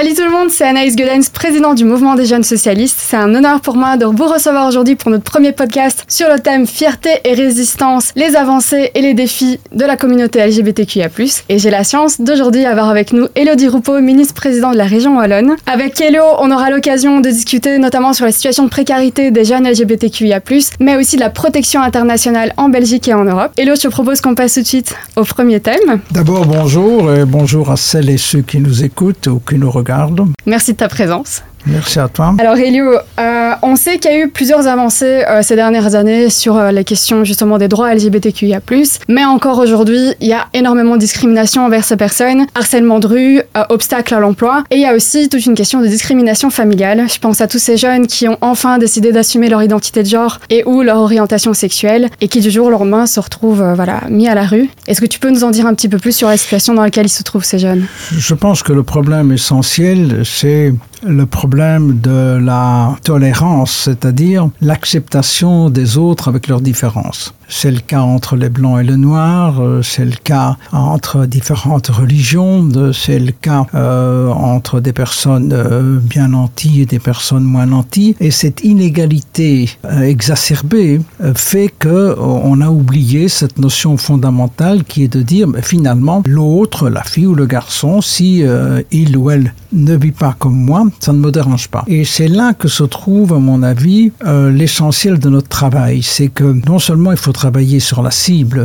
Salut tout le monde, c'est Anaïs Guedens, présidente du Mouvement des Jeunes Socialistes. C'est un honneur pour moi de vous recevoir aujourd'hui pour notre premier podcast sur le thème Fierté et résistance, les avancées et les défis de la communauté LGBTQIA+. Et j'ai la chance d'aujourd'hui avoir avec nous Élodie Roupeau, ministre-présidente de la région Wallonne. Avec Élo, on aura l'occasion de discuter notamment sur la situation de précarité des jeunes LGBTQIA+, mais aussi de la protection internationale en Belgique et en Europe. Élo, je te propose qu'on passe tout de suite au premier thème. D'abord, bonjour et bonjour à celles et ceux qui nous écoutent ou qui nous regardent. Merci de ta présence. Merci à toi. Alors Elio, on sait qu'il y a eu plusieurs avancées ces dernières années sur les questions justement des droits LGBTQIA+, mais encore aujourd'hui, il y a énormément de discrimination envers ces personnes, harcèlement de rue, obstacles à l'emploi, et il y a aussi toute une question de discrimination familiale. Je pense à tous ces jeunes qui ont enfin décidé d'assumer leur identité de genre et ou leur orientation sexuelle, et qui du jour au lendemain se retrouvent mis à la rue. Est-ce que tu peux nous en dire un petit peu plus sur la situation dans laquelle ils se trouvent ces jeunes ? Je pense que le problème essentiel, c'est le problème de la tolérance, c'est-à-dire l'acceptation des autres avec leurs différences. C'est le cas entre les blancs et les noirs, c'est le cas entre différentes religions, c'est le cas entre des personnes bien nanties et des personnes moins nanties. Et cette inégalité exacerbée fait qu'on a oublié cette notion fondamentale qui est de dire finalement l'autre, la fille ou le garçon, si il ou elle ne vit pas comme moi, ça ne me dérange pas. Et c'est là que se trouve, à mon avis, l'essentiel de notre travail. C'est que non seulement il faut travailler sur la cible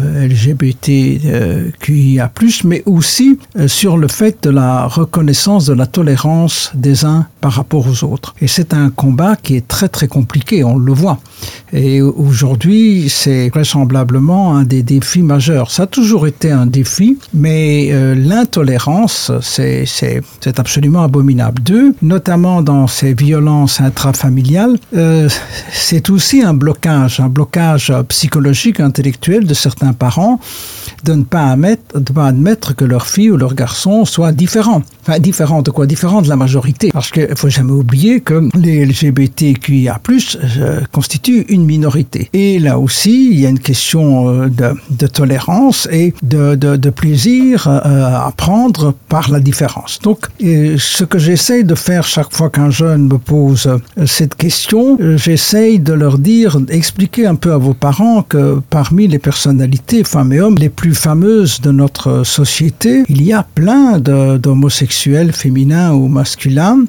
LGBTQIA+, mais aussi sur le fait de la reconnaissance de la tolérance des uns par rapport aux autres. Et c'est un combat qui est très très compliqué, on le voit. Et aujourd'hui, c'est vraisemblablement un des défis majeurs. Ça a toujours été un défi, mais l'intolérance, c'est absolument abominable. Notamment dans ces violences intrafamiliales, c'est aussi un blocage psychologique, intellectuel de certains parents de ne pas admettre que leur fille ou leur garçon soit différent. Enfin, différent de quoi ? Différent de la majorité. Parce qu'il ne faut jamais oublier que les LGBTQIA+, constituent une minorité. Et là aussi, il y a une question de tolérance et de plaisir à prendre par la différence. Donc, ce que j'essaie de faire chaque fois qu'un jeune me pose cette question, j'essaie de leur dire, expliquer un peu à vos parents que parmi les personnalités, femmes et hommes, les plus fameuses de notre société, il y a plein d'homosexuels féminins ou masculins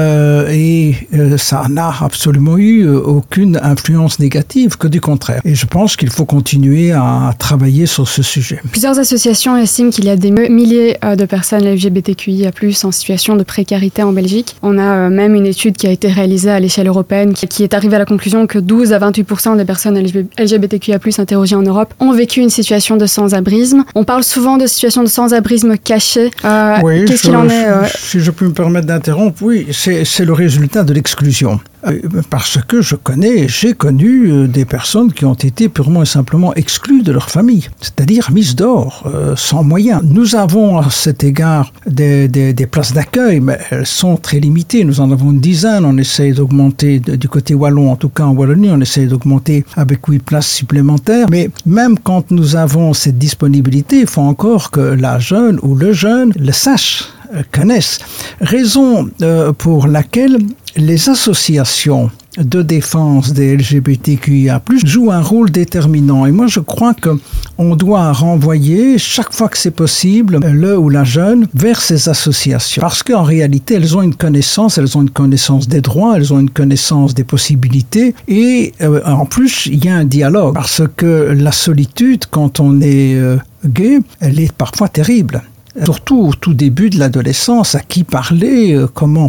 et ça n'a absolument eu aucune influence négative, que du contraire. Et je pense qu'il faut continuer à travailler sur ce sujet. Plusieurs associations estiment qu'il y a des milliers de personnes LGBTQIA+, en situation de précarité en Belgique. On a même une étude qui a été réalisée à l'échelle européenne qui est arrivée à la conclusion que 12 à 28% des personnes LGBTQIA+, interrogées en Europe ont vécu une situation de sans-abrisme. On parle souvent de situation de sans-abrisme caché. Oui, qu'est-ce qu'il en est si je peux me permettre d'interrompre, oui, c'est le résultat de l'exclusion. Parce que j'ai connu des personnes qui ont été purement et simplement exclues de leur famille, c'est-à-dire mises dehors, sans moyens. Nous avons à cet égard des places d'accueil, mais elles sont très limitées. Nous en avons une dizaine, on essaie d'augmenter, du côté wallon, en tout cas en Wallonie, on essaie d'augmenter avec 8 places supplémentaires. Mais même quand nous avons cette disponibilité, il faut encore que la jeune ou le jeune le sache, connaisse. Raison pour laquelle les associations de défense des LGBTQIA+, jouent un rôle déterminant. Et moi, je crois qu'on doit renvoyer, chaque fois que c'est possible, le ou la jeune vers ces associations. Parce qu'en réalité, elles ont une connaissance des droits, elles ont une connaissance des possibilités. Et en plus, il y a un dialogue. Parce que la solitude, quand on est gay, elle est parfois terrible. Surtout au tout début de l'adolescence, à qui parler, comment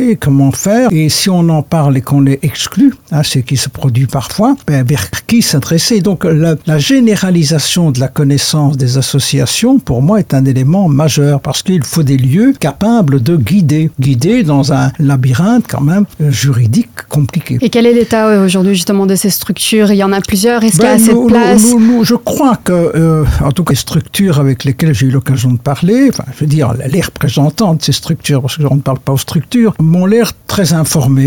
faire. Et si on en parle et qu'on est exclu, ce qui se produit parfois, vers qui s'adresser. Donc la généralisation de la connaissance des associations, pour moi, est un élément majeur, parce qu'il faut des lieux capables de guider dans un labyrinthe quand même juridique compliqué. Et quel est l'état aujourd'hui justement de ces structures ? Il y en a plusieurs, est-ce qu'il y a assez de place ? Je crois que, en tout cas, les structures avec lesquelles j'ai eu l'occasion de parler, je veux dire, les représentants de ces structures, parce que je ne parle pas aux structures, m'ont l'air très informés,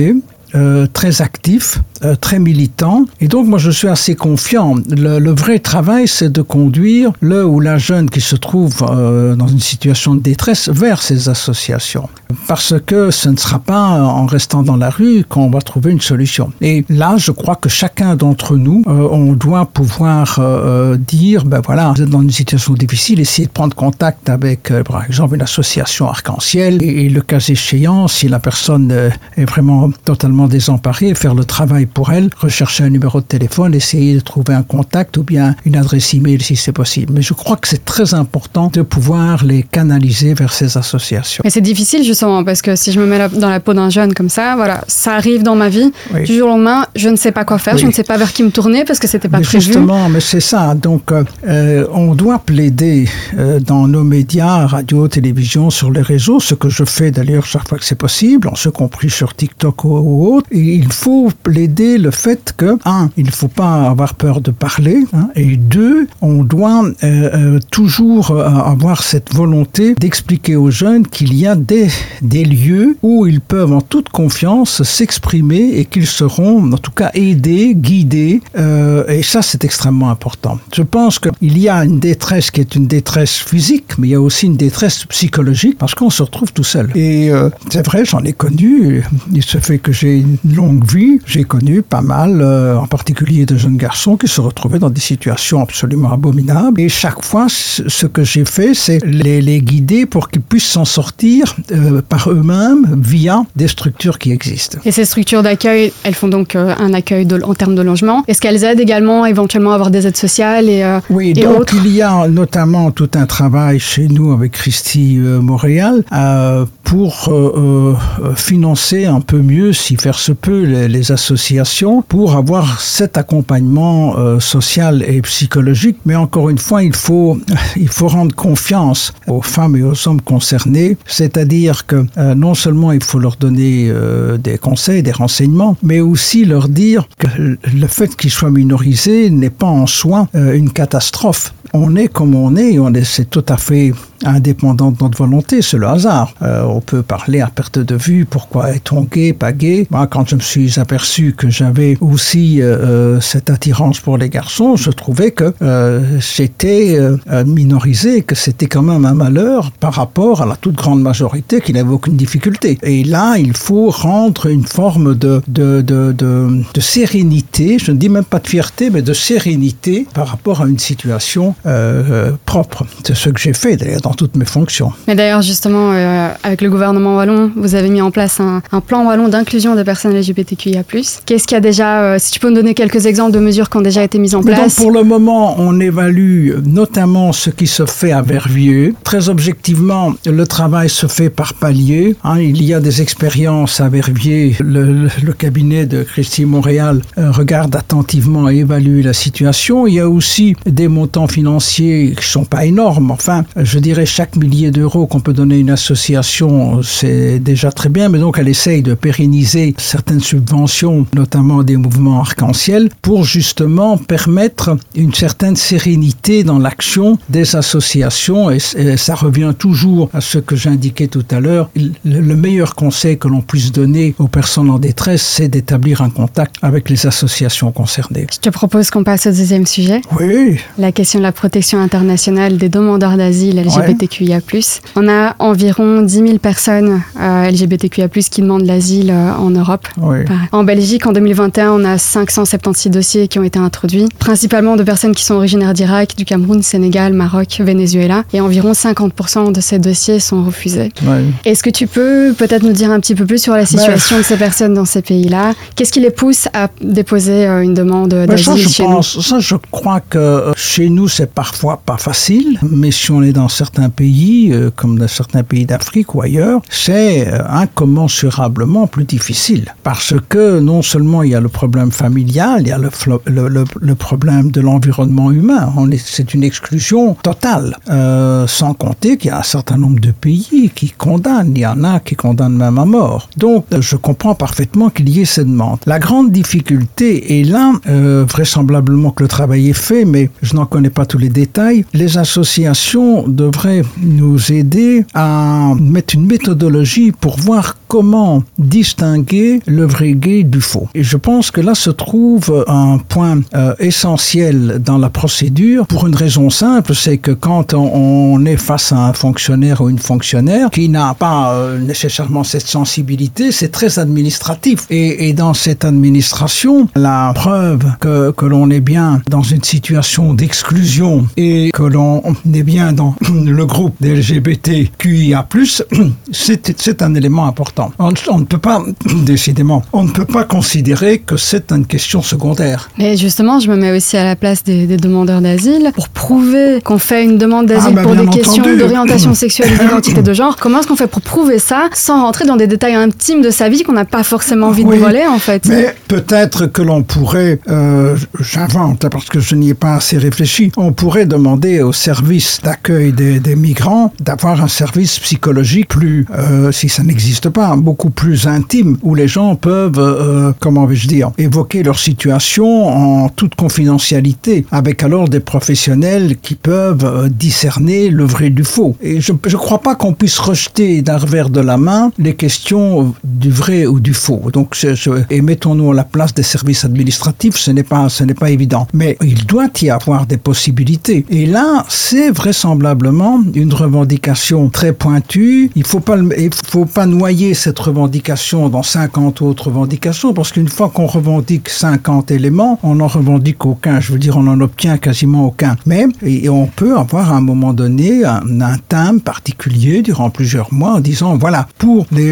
très actif, très militant. Et donc, moi, je suis assez confiant. Le vrai travail, c'est de conduire le ou la jeune qui se trouve dans une situation de détresse vers ces associations. Parce que ce ne sera pas en restant dans la rue qu'on va trouver une solution. Et là, je crois que chacun d'entre nous, on doit pouvoir dire, ben voilà, vous êtes dans une situation difficile, essayez de prendre contact avec, par exemple, une association Arc-en-Ciel et le cas échéant, si la personne est vraiment totalement désemparée, faire le travail pour elle, rechercher un numéro de téléphone, essayer de trouver un contact ou bien une adresse email si c'est possible. Mais je crois que c'est très important de pouvoir les canaliser vers ces associations. Mais c'est difficile justement parce que si je me mets dans la peau d'un jeune comme ça, voilà, ça arrive dans ma vie, oui. Du jour au lendemain, je ne sais pas quoi faire, oui. Je ne sais pas vers qui me tourner parce que c'était pas prévu. Justement, mais c'est ça. Donc, on doit plaider dans nos médias, radio, télévision, sur les réseaux, ce que je fais d'ailleurs chaque fois que c'est possible, en ce compris sur TikTok ou autre. Et il faut plaider le fait que, il ne faut pas avoir peur de parler, et deux, on doit toujours avoir cette volonté d'expliquer aux jeunes qu'il y a des lieux où ils peuvent en toute confiance s'exprimer et qu'ils seront en tout cas aidés, guidés, et ça c'est extrêmement important. Je pense qu'il y a une détresse qui est une détresse physique, mais il y a aussi une détresse psychologique parce qu'on se retrouve tout seul. Et c'est vrai, j'en ai connu, il se fait que j'ai une longue vie, j'ai connu pas mal, en particulier de jeunes garçons qui se retrouvaient dans des situations absolument abominables. Et chaque fois, ce que j'ai fait, c'est les guider pour qu'ils puissent s'en sortir par eux-mêmes via des structures qui existent. Et ces structures d'accueil, elles font donc un accueil en termes de logement. Est-ce qu'elles aident également éventuellement à avoir des aides sociales oui, et donc autres? Il y a notamment tout un travail chez nous avec Christy Montréal pour financer un peu mieux, si faire se peut, les associations pour avoir cet accompagnement social et psychologique. Mais encore une fois, il faut rendre confiance aux femmes et aux hommes concernés, c'est-à-dire que non seulement il faut leur donner des conseils, des renseignements, mais aussi leur dire que le fait qu'ils soient minorisés n'est pas en soi une catastrophe. On est comme on est, c'est tout à fait indépendant de notre volonté, c'est le hasard. On peut parler à perte de vue, pourquoi est-on gay, pas gay. Moi, quand je me suis aperçu que j'avais aussi cette attirance pour les garçons, je trouvais que j'étais minorisé, que c'était quand même un malheur par rapport à la toute grande majorité qui n'avait aucune difficulté. Et là, il faut rendre une forme de sérénité, je ne dis même pas de fierté, mais de sérénité par rapport à une situation propre. C'est ce que j'ai fait d'ailleurs dans toutes mes fonctions. Mais d'ailleurs, justement, avec le gouvernement wallon, vous avez mis en place un plan wallon d'inclusion des personnes LGBTQIA+. Qu'est-ce qu'il y a déjà, si tu peux me donner quelques exemples de mesures qui ont déjà été mises en place? Donc, pour le moment, on évalue notamment ce qui se fait à Verviers. Très objectivement, le travail se fait par palier. Il y a des expériences à Verviers. Le cabinet de Christy Montréal regarde attentivement et évalue la situation. Il y a aussi des montants financiers qui ne sont pas énormes. Enfin, je dirais chaque millier d'euros qu'on peut donner à une association, c'est déjà très bien. Mais donc, elle essaye de pérenniser certaines subventions, notamment des mouvements Arc-en-Ciel, pour justement permettre une certaine sérénité dans l'action des associations. Et ça revient toujours à ce que j'indiquais tout à l'heure. Le meilleur conseil que l'on puisse donner aux personnes en détresse, c'est d'établir un contact avec les associations concernées. Je te propose qu'on passe au deuxième sujet. Oui. La question de la protection internationale des demandeurs d'asile LGBTQIA+. On a environ 10 000 personnes LGBTQIA+, qui demandent l'asile en Europe. Oui. En Belgique, en 2021, on a 576 dossiers qui ont été introduits, principalement de personnes qui sont originaires d'Irak, du Cameroun, Sénégal, Maroc, Venezuela, et environ 50% de ces dossiers sont refusés. Oui. Est-ce que tu peux peut-être nous dire un petit peu plus sur la situation de ces personnes dans ces pays-là? Qu'est-ce qui les pousse à déposer une demande d'asile chez nous? Ça, je crois que chez nous, c'est parfois pas facile, mais si on est dans certains pays, comme dans certains pays d'Afrique ou ailleurs, c'est incommensurablement plus difficile. Parce que non seulement il y a le problème familial, il y a le problème de l'environnement humain. C'est une exclusion totale. Sans compter qu'il y a un certain nombre de pays qui condamnent. Il y en a qui condamnent même à mort. Donc, je comprends parfaitement qu'il y ait cette demande. La grande difficulté est là, vraisemblablement que le travail est fait, mais je n'en connais pas tous les détails. Les associations devraient nous aider à mettre une méthodologie pour voir comment distinguer le vrai gay du faux. Et je pense que là se trouve un point essentiel dans la procédure pour une raison simple, c'est que quand on est face à un fonctionnaire ou une fonctionnaire qui n'a pas nécessairement cette sensibilité, c'est très administratif. Et dans cette administration, la preuve que l'on est bien dans une situation d'exclusion et que l'on est bien dans le groupe des LGBTQIA+, c'est un élément important. On ne peut pas, décidément, on ne peut pas considérer que c'est une question secondaire. Mais justement, je me mets aussi à la place des demandeurs d'asile. Pour prouver qu'on fait une demande d'asile pour des questions d'orientation sexuelle et d'identité de genre, comment est-ce qu'on fait pour prouver ça sans rentrer dans des détails intimes de sa vie qu'on n'a pas forcément envie de dévoiler, en fait? Mais peut-être que l'on pourrait, j'invente, parce que je n'y ai pas assez réfléchi, on pourrait demander au service d'accueil des migrants d'avoir un service psychologique plus, si ça n'existe pas, beaucoup plus intime, où les gens peuvent, comment vais-je dire, évoquer leur situation en toute confidentialité, avec alors des professionnels qui peuvent discerner le vrai du faux. Et je ne crois pas qu'on puisse rejeter d'un revers de la main les questions du vrai ou du faux. Donc, et mettons-nous à la place des services administratifs, ce n'est pas évident. Mais il doit y avoir des possibilités. Et là, c'est vraisemblablement une revendication très pointue. Il faut pas noyer cette revendication dans 50 autres revendications, parce qu'une fois qu'on revendique 50 éléments, on n'en revendique aucun. Je veux dire, on n'en obtient quasiment aucun. Mais et on peut avoir à un moment donné un thème particulier durant plusieurs mois en disant, voilà, pour les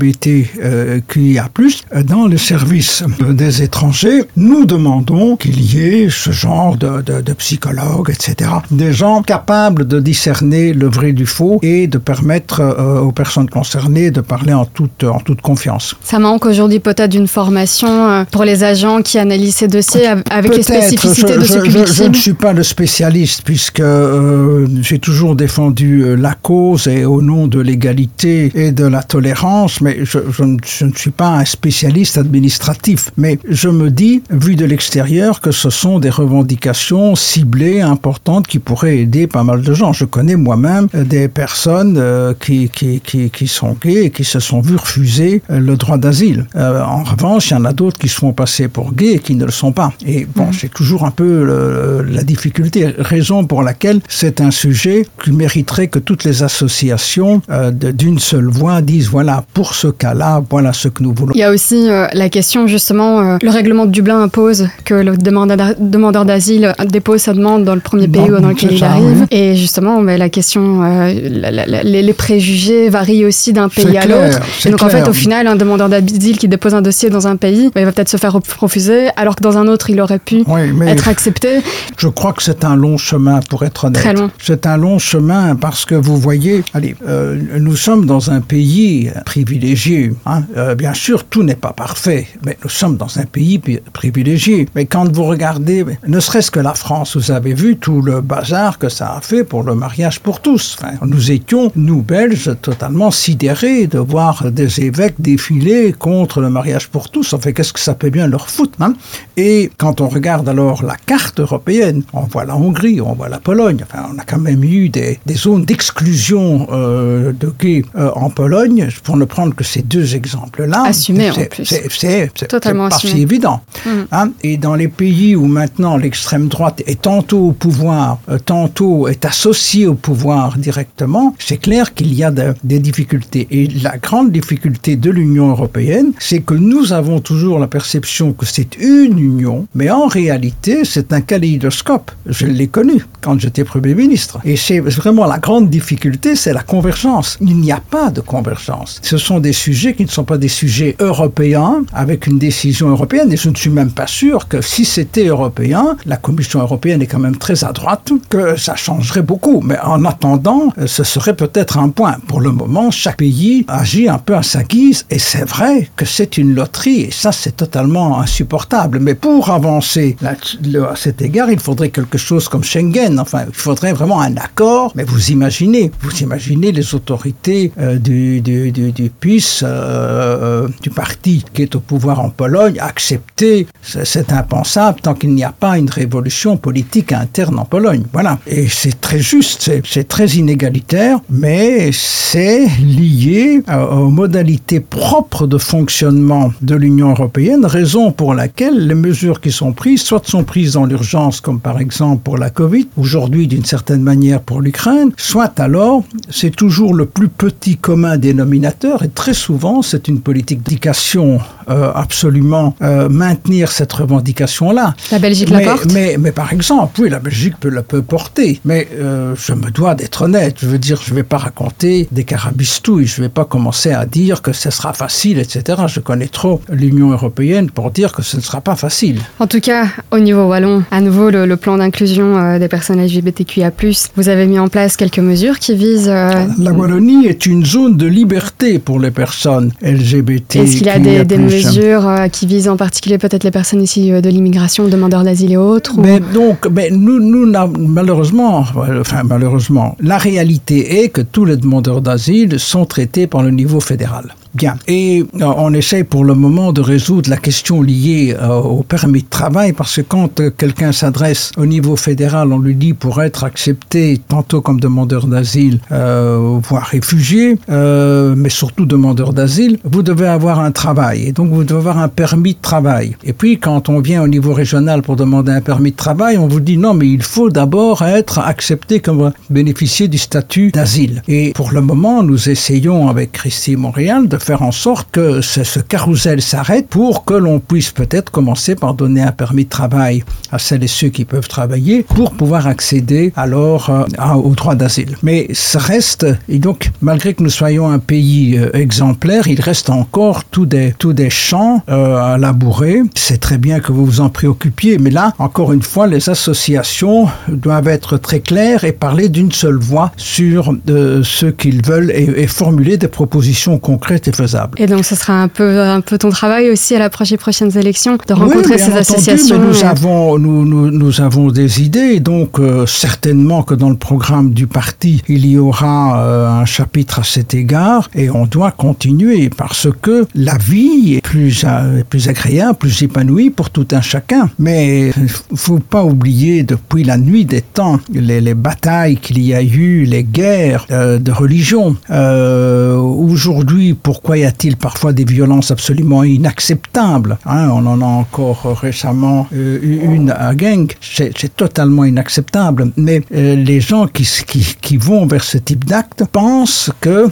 LGBTQIA+, dans le service des étrangers, nous demandons qu'il y ait ce genre de psychologues, etc. Des gens capables de discerner le vrai du faux et de permettre aux personnes concernées de parler en toute confiance. Ça manque aujourd'hui peut-être d'une formation pour les agents qui analysent ces dossiers avec les spécificités de ce public cible. Je ne suis pas le spécialiste puisque j'ai toujours défendu la cause et au nom de l'égalité et de la tolérance, mais je ne suis pas un spécialiste administratif. Mais je me dis, vu de l'extérieur, que ce sont des revendications ciblées, importantes, qui pourraient aider pas mal de gens. Je connais moi-même des personnes qui sont gays et qui se sont vues refuser le droit d'asile. En revanche, il y en a d'autres qui se font passer pour gays et qui ne le sont pas. Et bon, c'est toujours un peu la difficulté, raison pour laquelle c'est un sujet qui mériterait que toutes les associations d'une seule voix disent, voilà, pour ce cas-là, voilà ce que nous voulons. Il y a aussi la question, justement, le règlement de Dublin impose que le demandeur d'asile dépose sa demande dans le premier pays dans lequel il arrive. Oui. Et justement, la question, les préjugés varient aussi d'un pays à l'autre. Et donc, en fait, au final, un demandeur d'asile qui dépose un dossier dans un pays, il va peut-être se faire refuser, alors que dans un autre, il aurait pu être accepté. Je crois que c'est un long chemin, pour être honnête. Très long. C'est un long chemin parce que vous voyez, nous sommes dans un pays privilégié. Bien sûr, tout n'est pas parfait, mais nous sommes dans un pays privilégié. Mais quand vous regardez, ne serait-ce que la France, vous avez vu tout le bazar que ça a fait pour le mariage pour tous. Enfin, nous étions, nous Belges, totalement sidérés de voir des évêques défiler contre le mariage pour tous. Enfin, qu'est-ce que ça peut bien leur foutre, hein? Et quand on regarde alors la carte européenne, on voit la Hongrie, on voit la Pologne. Enfin, on a quand même eu des zones d'exclusion de gays en Pologne, pour ne prendre que ces deux exemples-là. Assumé en plus. C'est totalement pas si évident. Hein? Et dans les pays où maintenant l'extrême droite est tantôt au pouvoir, tantôt est associée au pouvoir directement, c'est clair qu'il y a des difficultés. Et la grande difficulté de l'Union européenne, c'est que nous avons toujours la perception que c'est une union, mais en réalité, c'est un kaléidoscope. Je l'ai connu quand j'étais Premier ministre. Et c'est vraiment la grande difficulté, c'est la convergence. Il n'y a pas de convergence. Ce sont des sujets qui ne sont pas des sujets européens, avec une décision européenne, et je ne suis même pas sûr que si c'était européen, la Commission européenne est quand même très à droite, que ça changerait beaucoup. Mais en attendant, ce serait peut-être un point. Pour le moment, chaque pays agit un peu à sa guise, et c'est vrai que c'est une loterie, et ça, c'est totalement insupportable. Mais pour avancer à cet égard, il faudrait quelque chose comme Schengen. Enfin, il faudrait vraiment un accord. Mais vous imaginez les autorités du PiS, du parti qui est au pouvoir en Pologne, accepter, c'est impensable tant qu'il n'y a pas une révolution politique interne en Pologne. Voilà. Et c'est très juste, c'est très inégalitaire, mais c'est lié aux modalités propres de fonctionnement de l'Union européenne, raison pour laquelle les mesures qui sont prises, soit sont prises dans l'urgence, comme par exemple pour la Covid, aujourd'hui d'une certaine manière pour l'Ukraine, soit alors c'est toujours le plus petit commun dénominateur, et très souvent c'est une politique d'éducation absolument maintenir cette revendication-là. La Belgique la porte. Mais par exemple, oui, la Belgique peut porter, mais je me dois d'être honnête, je veux dire, je ne vais pas raconter des carabistouilles, je ne vais pas commencer à dire que ce sera facile, etc. Je connais trop l'Union européenne pour dire que ce ne sera pas facile. En tout cas, au niveau wallon, à nouveau, le plan d'inclusion des personnes LGBTQIA+, vous avez mis en place quelques mesures qui visent... La Wallonie est une zone de liberté pour les personnes LGBT. Est-ce qu'il y a des mesures qui visent en particulier peut-être les personnes issues de l'immigration, demandeurs d'asile et autres Mais nous malheureusement, la réalité est que tous les demandeurs d'asile sont traités par le niveau fédéral. Bien. Et on essaye pour le moment de résoudre la question liée au permis de travail, parce que quand quelqu'un s'adresse au niveau fédéral, on lui dit pour être accepté tantôt comme demandeur d'asile, voire réfugié, mais surtout demandeur d'asile, vous devez avoir un travail. Et donc vous devez avoir un permis de travail. Et puis quand on vient au niveau régional pour demander un permis de travail, on vous dit non, mais il faut d'abord être accepté comme bénéficier du statut d'asile. Et pour le moment, nous essayons avec Christie Montréal de faire en sorte que ce carrousel s'arrête pour que l'on puisse peut-être commencer par donner un permis de travail à celles et ceux qui peuvent travailler pour pouvoir accéder alors au droit d'asile. Mais ça reste, et donc malgré que nous soyons un pays exemplaire, il reste encore tous des champs à labourer. C'est très bien que vous vous en préoccupiez, mais là, encore une fois, les associations doivent être très claires et parler d'une seule voix sur ce qu'ils veulent et formuler des propositions concrètes et faisables. Et donc, ce sera un peu ton travail aussi à l'approche des prochaines élections, de rencontrer ces associations. Mais nous avons des idées, donc certainement que dans le programme du parti, il y aura un chapitre à cet égard, et on doit continuer parce que la vie est plus agréable, plus épanouie pour tout un chacun. Mais il ne faut pas oublier depuis la nuit des temps les batailles qu'il y a eu, les guerres de religion. Aujourd'hui, pourquoi y a-t-il parfois des violences absolument inacceptables? On en a encore récemment une à Genk. C'est totalement inacceptable. Mais les gens qui vont vers ce type d'acte pensent que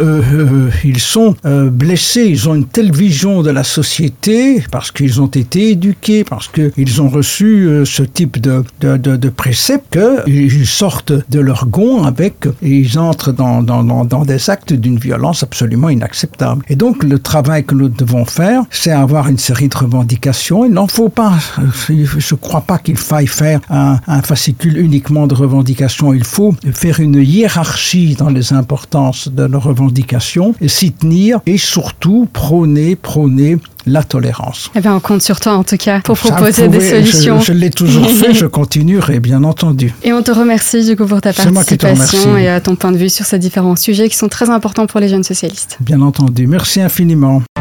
ils sont blessés. Ils ont une telle vision de la société parce qu'ils ont été éduqués, parce qu'ils ont reçu ce type de préceptes qu'ils sortent de leur gond et ils entrent dans des actes d'une violence absolument inacceptable. Et donc, le travail que nous devons faire, c'est avoir une série de revendications. Il n'en faut pas, je ne crois pas qu'il faille faire un fascicule uniquement de revendications. Il faut faire une hiérarchie dans les importances de nos revendications et s'y tenir et surtout prôner la tolérance. Eh bien, on compte sur toi en tout cas pour proposer des solutions. Je l'ai toujours fait, je continuerai, bien entendu. Et on te remercie du coup pour ta participation et ton point de vue sur ces différents sujets qui sont très importants pour les jeunes socialistes. Bien entendu, merci infiniment.